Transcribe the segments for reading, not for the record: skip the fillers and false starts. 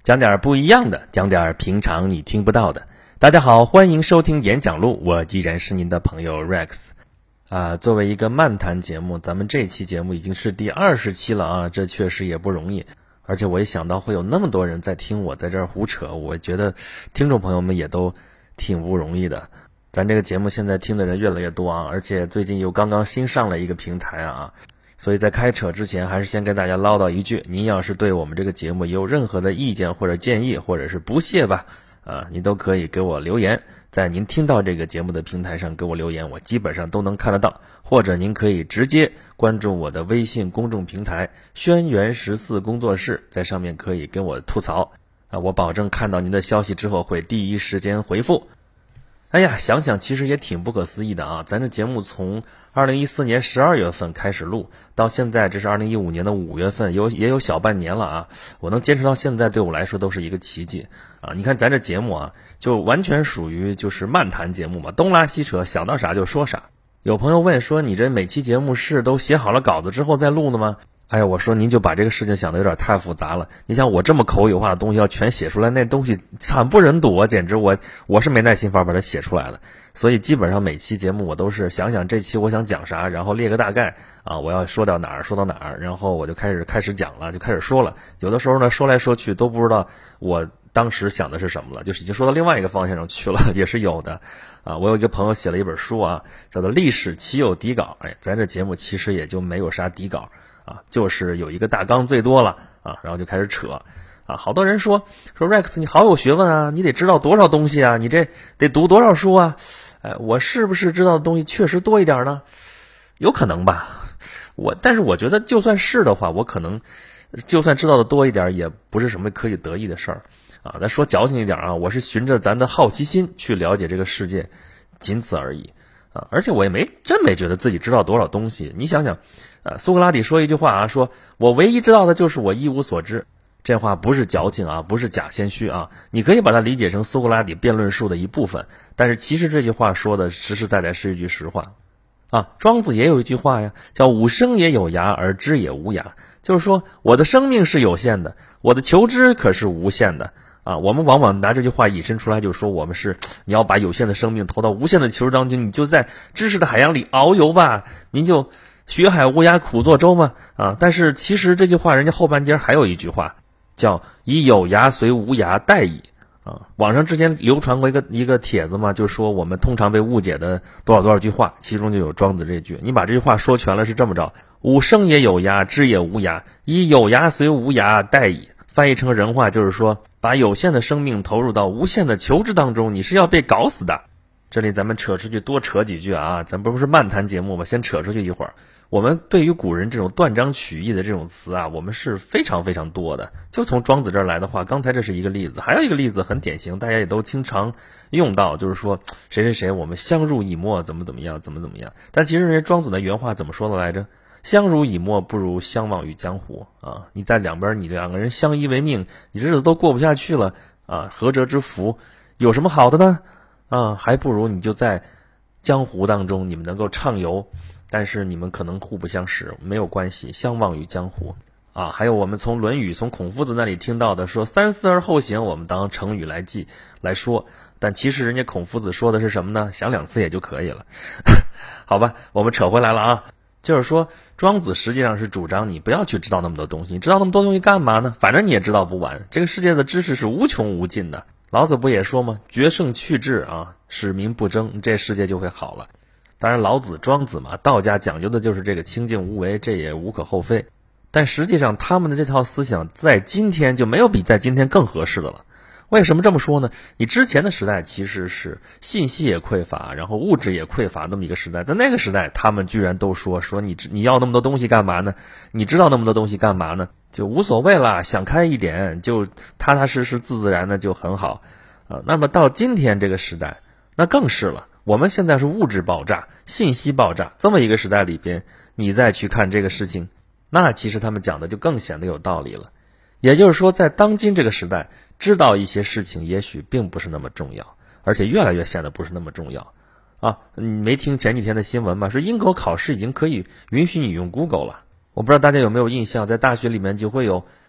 讲点不一样的，讲点平常你听不到的。大家好，欢迎收听演讲录，我依然是您的朋友 Rex。作为一个漫谈节目，咱们这期节目已经是第20期了啊，这确实也不容易。而且我一想到会有那么多人在听我在这儿胡扯，我觉得听众朋友们也都挺不容易的。咱这个节目现在听的人越来越多啊，而且最近又刚刚新上了一个平台啊。所以在开扯之前，还是先跟大家唠叨一句，您要是对我们这个节目有任何的意见或者建议，或者是不屑吧，您都可以给我留言，在您听到这个节目的平台上给我留言，我基本上都能看得到。或者您可以直接关注我的微信公众平台轩辕14工作室，在上面可以跟我吐槽我保证看到您的消息之后会第一时间回复。哎呀，想想其实也挺不可思议的啊！咱这节目从2014年12月份开始录，到现在这是2015年的5月份，也有小半年了啊！我能坚持到现在，对我来说都是一个奇迹啊！你看咱这节目啊，就完全属于就是漫谈节目嘛，东拉西扯，想到啥就说啥。有朋友问说，你这每期节目是都写好了稿子之后再录的吗？哎呀，我说您就把这个事情想得有点太复杂了。你想我这么口语化的东西要全写出来，那东西惨不忍睹啊，简直我是没耐心法把它写出来的。所以基本上每期节目我都是想想这期我想讲啥，然后列个大概啊，我要说到哪儿，然后我就开始讲了，就开始说了。有的时候呢，说来说去都不知道我当时想的是什么了，就是已经说到另外一个方向上去了，也是有的啊。我有一个朋友写了一本书啊，叫做《历史岂有底稿》。哎，咱这节目其实也就没有啥底稿啊，就是有一个大纲最多了啊，然后就开始扯啊。好多人说 Rex 你好有学问啊，你得知道多少东西啊，你这得读多少书啊。我是不是知道的东西确实多一点呢？有可能吧，但是我觉得就算是的话，我可能就算知道的多一点，也不是什么可以得意的事儿啊。咱说矫情一点啊，我是循着咱的好奇心去了解这个世界，仅此而已啊。而且我也真没觉得自己知道多少东西。你想想苏格拉底说一句话啊，说我唯一知道的就是我一无所知。这话不是矫情啊，不是假谦虚啊，你可以把它理解成苏格拉底辩论术的一部分，但是其实这句话说的实实在在是一句实话啊。庄子也有一句话呀，叫吾生也有涯而知也无涯，就是说我的生命是有限的，我的求知可是无限的啊。我们往往拿这句话引申出来，就说我们是你要把有限的生命投到无限的求知当中，你就在知识的海洋里遨游吧，您就学海无涯苦作舟嘛啊。但是其实这句话人家后半截还有一句话，叫以有涯随无涯殆矣啊。网上之前流传过一个帖子嘛，就说我们通常被误解的多少句话，其中就有庄子这句。你把这句话说全了是这么着：吾生也有涯，知也无涯，以有涯随无涯殆矣。翻译成人话就是说，把有限的生命投入到无限的求知当中，你是要被搞死的。这里咱们扯出去多扯几句啊，咱不是漫谈节目吗？先扯出去一会儿。我们对于古人这种断章取义的这种词啊，我们是非常非常多的。就从庄子这儿来的话，刚才这是一个例子，还有一个例子很典型，大家也都经常用到，就是说谁谁谁我们相濡以沫，怎么样。但其实人家庄子的原话怎么说的来着？相濡以沫不如相忘于江湖啊！你在两边，你两个人相依为命，你日子都过不下去了啊，何辙之福？有什么好的呢？啊，还不如你就在江湖当中，你们能够畅游，但是你们可能互不相识，没有关系，相忘于江湖啊。还有我们从《论语》从孔夫子那里听到的，说三思而后行，我们当成语来记来说，但其实人家孔夫子说的是什么呢？想2次也就可以了。好吧，我们扯回来了啊，就是说庄子实际上是主张你不要去知道那么多东西，你知道那么多东西干嘛呢？反正你也知道不完，这个世界的知识是无穷无尽的。老子不也说吗？决胜去智啊，使民不争，这世界就会好了。当然老子庄子嘛，道家讲究的就是这个清静无为，这也无可厚非。但实际上他们的这套思想在今天就没有比在今天更合适的了。为什么这么说呢？你之前的时代其实是信息也匮乏，然后物质也匮乏那么一个时代，在那个时代他们居然都说你要那么多东西干嘛呢？你知道那么多东西干嘛呢？就无所谓啦，想开一点，就踏踏实实自自然的就很好那么到今天这个时代那更是了，我们现在是物质爆炸，信息爆炸，这么一个时代里边，你再去看这个事情，那其实他们讲的就更显得有道理了。也就是说，在当今这个时代，知道一些事情也许并不是那么重要，而且越来越显得不是那么重要啊！你没听前几天的新闻吗？说英国考试已经可以允许你用 Google 了。我不知道大家有没有印象，在大学里面就会有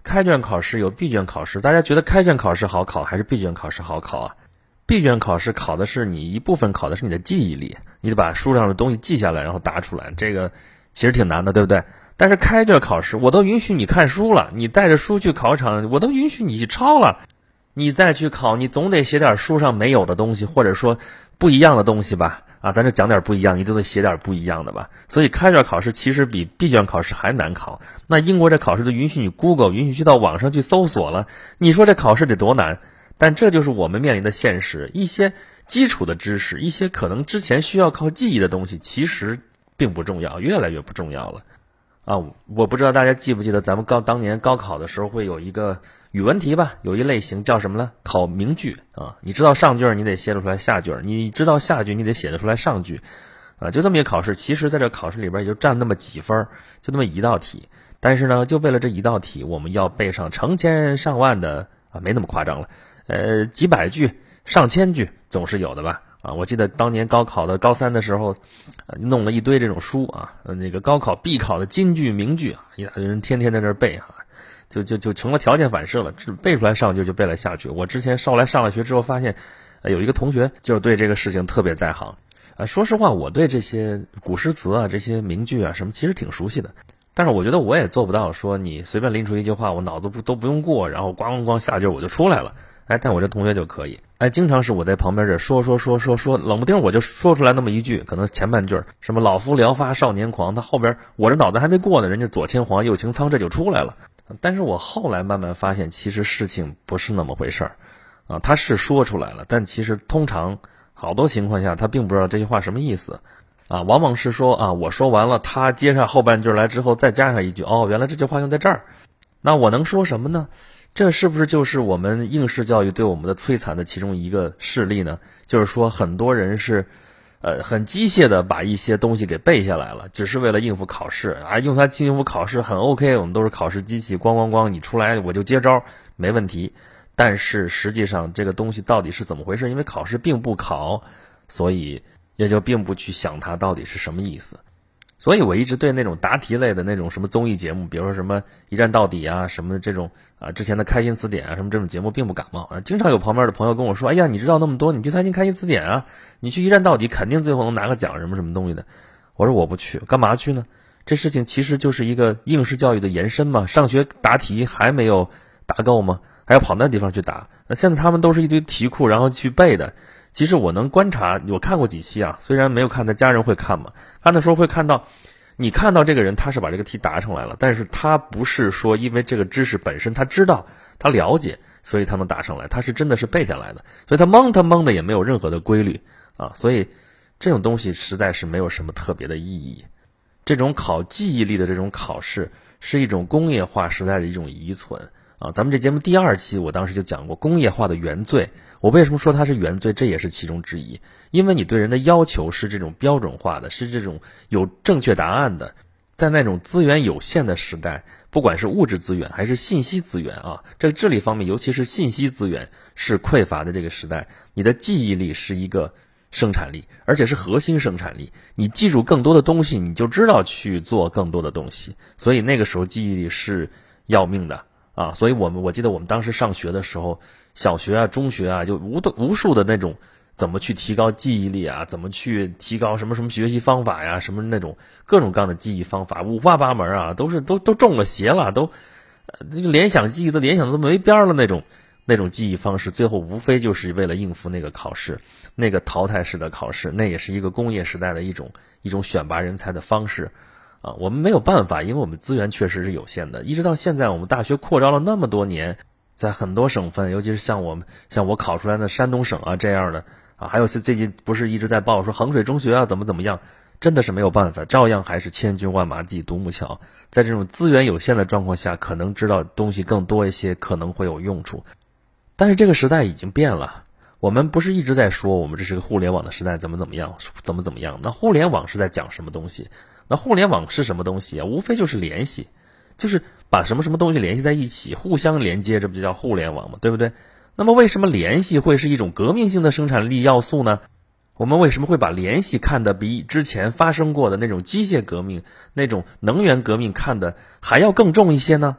开卷考试有闭卷考试，大家觉得开卷考试好考还是闭卷考试好考啊？闭卷考试考的是你一部分，考的是你的记忆力，你得把书上的东西记下来，然后答出来，这个其实挺难的，对不对？但是开卷考试我都允许你看书了，你带着书去考场，我都允许你去抄了，你再去考，你总得写点书上没有的东西，或者说不一样的东西吧？啊，咱这讲点不一样，你都得写点不一样的吧？所以开卷考试其实比闭卷考试还难考。那英国这考试都允许你 Google， 允许去到网上去搜索了，你说这考试得多难？但这就是我们面临的现实，一些基础的知识，一些可能之前需要靠记忆的东西，其实并不重要，越来越不重要了。啊，我不知道大家记不记得咱们当年高考的时候会有一个语文题吧，有一类型叫什么呢？考名句啊，你知道上句你得写得出来下句，你知道下句你得写得出来上句，啊，就这么一个考试。其实在这考试里边也就占那么几分，就那么一道题，但是呢，就为了这一道题，我们要背上成千上万的啊，没那么夸张了。几百句、上千句总是有的吧？啊，我记得当年高考的高三的时候，弄了一堆这种书啊，那个高考必考的金句、名句啊，一大堆人天天在那儿背啊，就成了条件反射了，只背出来上句就背了下句。我之前后来上了学之后发现，有一个同学就是对这个事情特别在行。说实话，我对这些古诗词啊、这些名句啊什么其实挺熟悉的。但是我觉得我也做不到说你随便拎出一句话，我脑子都不用过，然后咣咣咣下句我就出来了。但我这同学就可以，经常是我在旁边这说，冷不丁我就说出来那么一句，可能前半句什么老夫聊发少年狂，他后边我这脑子还没过呢，人家左牵黄右擎苍这就出来了。但是我后来慢慢发现，其实事情不是那么回事儿，啊，他是说出来了，但其实通常好多情况下他并不知道这句话什么意思，啊，往往是说啊，我说完了，他接上后半句来之后再加上一句，哦，原来这句话用在这儿，那我能说什么呢？这是不是就是我们应试教育对我们的摧残的其中一个事例呢？就是说很多人是很机械的把一些东西给背下来了，只是为了应付考试啊，用它应付考试很 OK， 我们都是考试机器，咣咣咣你出来我就接招没问题。但是实际上这个东西到底是怎么回事？因为考试并不考，所以也就并不去想它到底是什么意思。所以我一直对那种答题类的那种什么综艺节目，比如说什么一站到底啊，什么这种啊，之前的开心词典啊，什么这种节目并不感冒啊。经常有旁边的朋友跟我说，哎呀，你知道那么多，你去参加开心词典啊，你去一站到底肯定最后能拿个奖什么什么东西的。我说我不去，干嘛去呢？这事情其实就是一个应试教育的延伸嘛，上学答题还没有答够吗？还要跑那地方去答。那现在他们都是一堆题库然后去背的。其实我能观察，我看过几期啊，虽然没有看，他家人会看嘛，看的时候会看到，你看到这个人他是把这个题答上来了，但是他不是说因为这个知识本身他知道他了解，所以他能答上来，他是真的是背下来的，所以他蒙的也没有任何的规律啊，所以这种东西实在是没有什么特别的意义。这种考记忆力的这种考试是一种工业化时代的一种遗存啊。咱们这节目第2期我当时就讲过工业化的原罪，我为什么说它是原罪？这也是其中之一。因为你对人的要求是这种标准化的，是这种有正确答案的。在那种资源有限的时代，不管是物质资源还是信息资源啊，这个智力方面，尤其是信息资源是匮乏的这个时代，你的记忆力是一个生产力，而且是核心生产力。你记住更多的东西，你就知道去做更多的东西。所以那个时候记忆力是要命的啊。所以我记得我们当时上学的时候，小学啊、中学啊，就无数的那种怎么去提高记忆力啊，怎么去提高什么学习方法呀，什么那种各种各样的记忆方法，五花八门啊，都中了邪了，都联想记忆都联想都没边了那种记忆方式，最后无非就是为了应付那个考试，那个淘汰式的考试，那也是一个工业时代的一种选拔人才的方式啊。我们没有办法，因为我们资源确实是有限的，一直到现在我们大学扩招了那么多年，在很多省份，尤其是像我考出来的山东省啊这样的啊，还有最近不是一直在报说衡水中学啊怎么样，真的是没有办法，照样还是千军万马挤独木桥。在这种资源有限的状况下，可能知道东西更多一些，可能会有用处。但是这个时代已经变了，我们不是一直在说我们这是个互联网的时代，怎么样。那互联网是在讲什么东西？那互联网是什么东西啊？无非就是联系，就是把什么东西联系在一起，互相连接，这不就叫互联网吗？对不对？那么为什么联系会是一种革命性的生产力要素呢？我们为什么会把联系看得比之前发生过的那种机械革命、那种能源革命看得还要更重一些呢？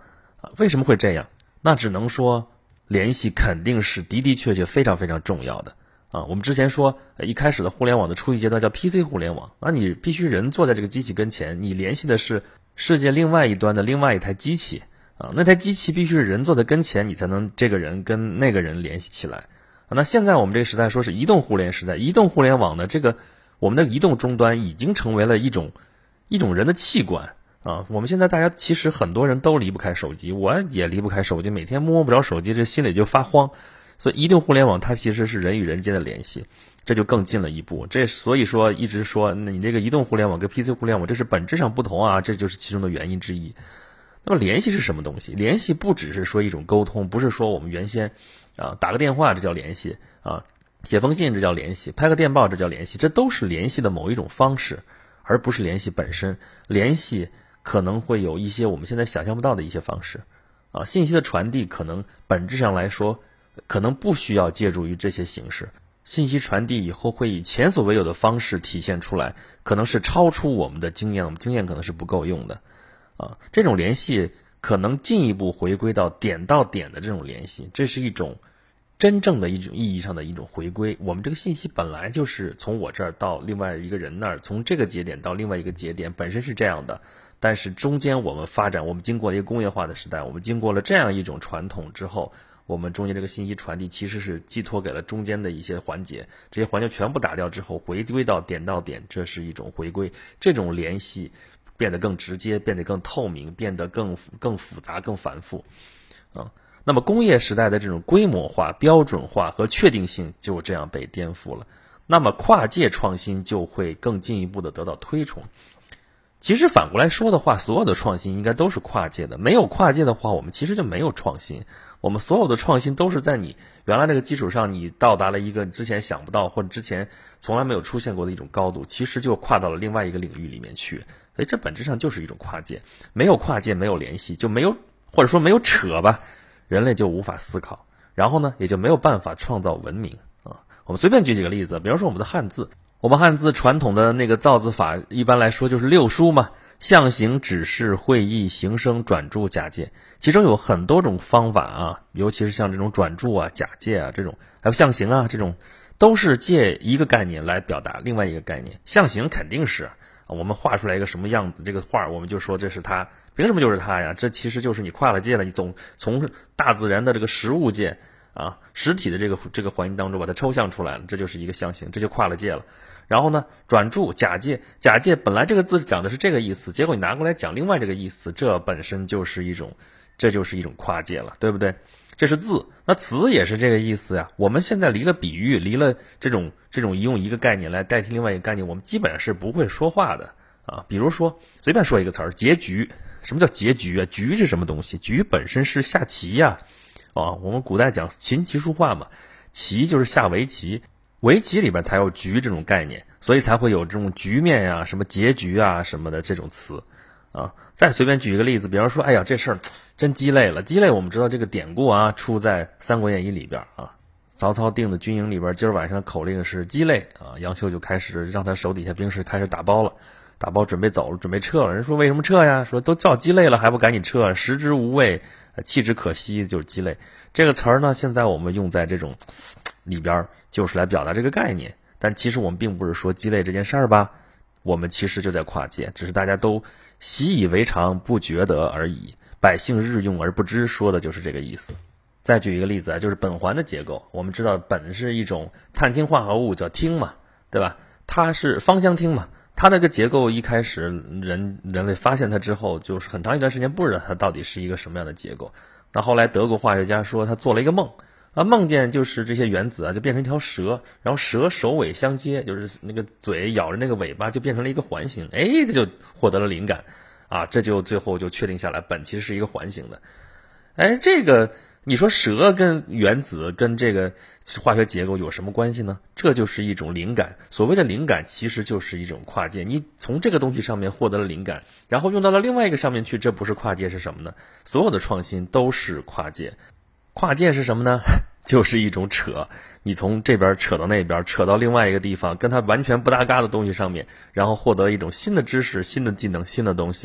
为什么会这样？那只能说联系肯定是的的确确非常非常重要的啊。我们之前说一开始的互联网的初级阶段叫 PC 互联网，那你必须人坐在这个机器跟前，你联系的是世界另外一端的另外一台机器啊，那台机器必须是人坐在跟前，你才能这个人跟那个人联系起来。那现在我们这个时代说是移动互联时代，移动互联网的这个我们的移动终端已经成为了一种人的器官啊。我们现在大家其实很多人都离不开手机，我也离不开手机，每天摸不着手机，这心里就发慌。所以移动互联网它其实是人与人之间的联系，这就更近了一步。所以说一直说你这个移动互联网跟 PC 互联网这是本质上不同啊，这就是其中的原因之一。那么联系是什么东西？联系不只是说一种沟通，不是说我们原先打个电话这叫联系啊，写封信这叫联系，拍个电报这叫联系，这都是联系的某一种方式，而不是联系本身。联系可能会有一些我们现在想象不到的一些方式啊，信息的传递可能本质上来说可能不需要借助于这些形式，信息传递以后会以前所未有的方式体现出来，可能是超出我们的经验，我们经验可能是不够用的啊。这种联系可能进一步回归到点到点的这种联系，这是一种真正的一种意义上的一种回归。我们这个信息本来就是从我这儿到另外一个人那儿，从这个节点到另外一个节点，本身是这样的。但是中间我们发展，我们经过了一个工业化的时代，我们经过了这样一种传统之后，我们中间这个信息传递其实是寄托给了中间的一些环节，这些环节全部打掉之后，回归到点到点，这是一种回归。这种联系变得更直接，变得更透明，变得更复杂、更繁复啊。那么工业时代的这种规模化、标准化和确定性就这样被颠覆了，那么跨界创新就会更进一步的得到推崇。其实反过来说的话，所有的创新应该都是跨界的，没有跨界的话，我们其实就没有创新。我们所有的创新都是在你原来这个基础上，你到达了一个之前想不到或者之前从来没有出现过的一种高度，其实就跨到了另外一个领域里面去。所以这本质上就是一种跨界，没有跨界，没有联系，就没有，或者说没有扯吧，人类就无法思考，然后呢，也就没有办法创造文明啊。我们随便举几个例子，比方说我们的汉字。我们汉字传统的那个造字法，一般来说就是六书嘛，象形、指示、会意、形声、转注、假借，其中有很多种方法啊，尤其是像这种转注啊、假借啊这种，还有象形啊这种，都是借一个概念来表达另外一个概念。象形肯定是我们画出来一个什么样子，这个画我们就说这是它，凭什么就是它呀？这其实就是你跨了界了，你从大自然的这个实物界啊，实体的这个环境当中把它抽象出来了，这就是一个象形，这就跨了界了。然后呢，转注、假借，假借本来这个字讲的是这个意思，结果你拿过来讲另外这个意思，这本身就是一种跨界了，对不对？这是字，那词也是这个意思呀。我们现在离了比喻，离了这种用一个概念来代替另外一个概念，我们基本上是不会说话的啊。比如说随便说一个词儿，结局。什么叫结局啊？局是什么东西？局本身是下棋呀。我们古代讲琴棋书画嘛，棋就是下围棋。围棋里边才有局这种概念，所以才会有这种局面呀、什么结局啊什么的这种词啊。再随便举一个例子，比方说，哎呀，这事儿真鸡肋了。鸡肋我们知道这个典故啊，出在《三国演义》里边啊。曹操定的军营里边，今儿晚上的口令是鸡肋啊，杨修就开始让他手底下兵士开始打包了，打包准备走了，准备撤了。人说为什么撤呀？说都叫鸡肋了还不赶紧撤，食之无味，弃之可惜，就是鸡肋。这个词儿呢，现在我们用在这种里边就是来表达这个概念，但其实我们并不是说鸡肋这件事儿吧，我们其实就在跨界，只是大家都习以为常不觉得而已，百姓日用而不知，说的就是这个意思。再举一个例子啊，就是苯环的结构，我们知道苯是一种碳氢化合物，叫烃嘛，对吧？它是芳香烃嘛，它那个结构一开始人类发现它之后，就是很长一段时间不知道它到底是一个什么样的结构。那后来德国化学家说他做了一个梦啊，梦见就是这些原子啊就变成一条蛇，然后蛇首尾相接，就是那个嘴咬着那个尾巴就变成了一个环形，这就获得了灵感啊，这就最后就确定下来苯其实是一个环形的。这个你说蛇跟原子跟这个化学结构有什么关系呢？这就是一种灵感。所谓的灵感其实就是一种跨界，你从这个东西上面获得了灵感，然后用到了另外一个上面去，这不是跨界是什么呢？所有的创新都是跨界。跨界是什么呢？就是一种扯，你从这边扯到那边，扯到另外一个地方，跟它完全不搭嘎的东西上面，然后获得一种新的知识、新的技能、新的东西。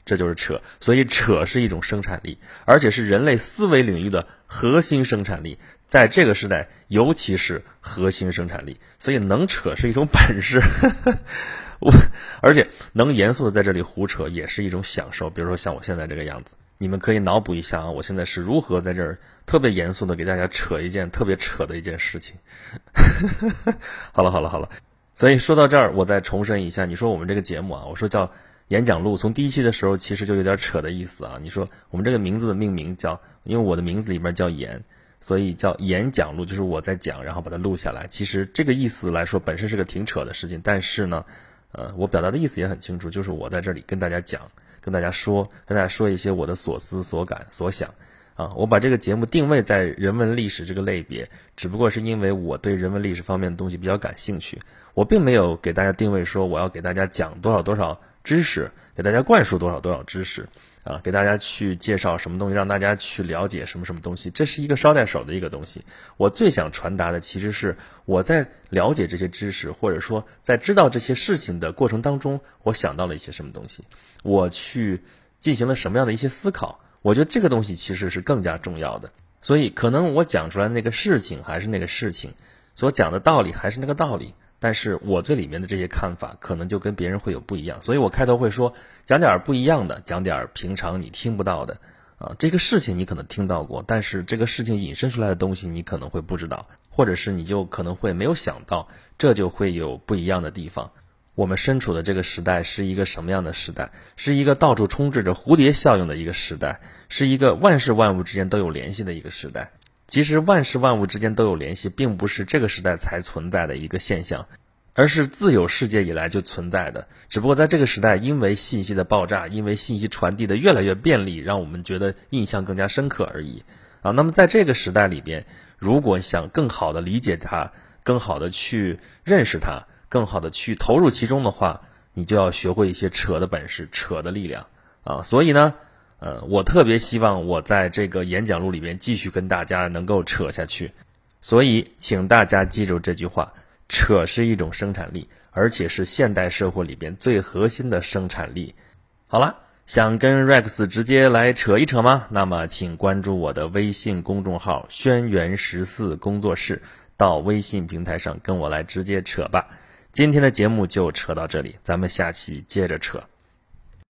这就是扯。所以扯是一种生产力，而且是人类思维领域的核心生产力，在这个时代尤其是核心生产力。所以能扯是一种本事而且能严肃的在这里胡扯也是一种享受。比如说像我现在这个样子，你们可以脑补一下啊，我现在是如何在这儿特别严肃的给大家扯一件特别扯的一件事情好了，所以说到这儿，我再重申一下，你说我们这个节目啊，我说叫演讲录，从第一期的时候其实就有点扯的意思啊。你说我们这个名字的命名叫，因为我的名字里面叫演，所以叫演讲录，就是我在讲，然后把它录下来。其实这个意思来说本身是个挺扯的事情，但是呢我表达的意思也很清楚，就是我在这里跟大家讲，跟大家说一些我的所思所感所想啊。我把这个节目定位在人文历史这个类别，只不过是因为我对人文历史方面的东西比较感兴趣，我并没有给大家定位说我要给大家讲多少知识，给大家灌输多少知识啊，给大家去介绍什么东西，让大家去了解什么东西，这是一个捎带手的一个东西。我最想传达的其实是我在了解这些知识，或者说在知道这些事情的过程当中，我想到了一些什么东西，我去进行了什么样的一些思考，我觉得这个东西其实是更加重要的。所以可能我讲出来那个事情还是那个事情，所讲的道理还是那个道理，但是我对里面的这些看法可能就跟别人会有不一样。所以我开头会说讲点不一样的，讲点平常你听不到的啊，这个事情你可能听到过，但是这个事情引申出来的东西你可能会不知道，或者是你就可能会没有想到，这就会有不一样的地方。我们身处的这个时代是一个什么样的时代？是一个到处充斥着蝴蝶效应的一个时代，是一个万事万物之间都有联系的一个时代。其实万事万物之间都有联系，并不是这个时代才存在的一个现象，而是自有世界以来就存在的，只不过在这个时代，因为信息的爆炸，因为信息传递的越来越便利，让我们觉得印象更加深刻而已啊。那么在这个时代里边，如果想更好的理解它，更好的去认识它，更好的去投入其中的话，你就要学会一些扯的本事，扯的力量啊。所以呢我特别希望我在这个演讲录里边继续跟大家能够扯下去，所以请大家记住这句话，扯是一种生产力，而且是现代社会里边最核心的生产力。好了，想跟 Rex 直接来扯一扯吗？那么请关注我的微信公众号轩辕14工作室，到微信平台上跟我来直接扯吧。今天的节目就扯到这里，咱们下期接着扯。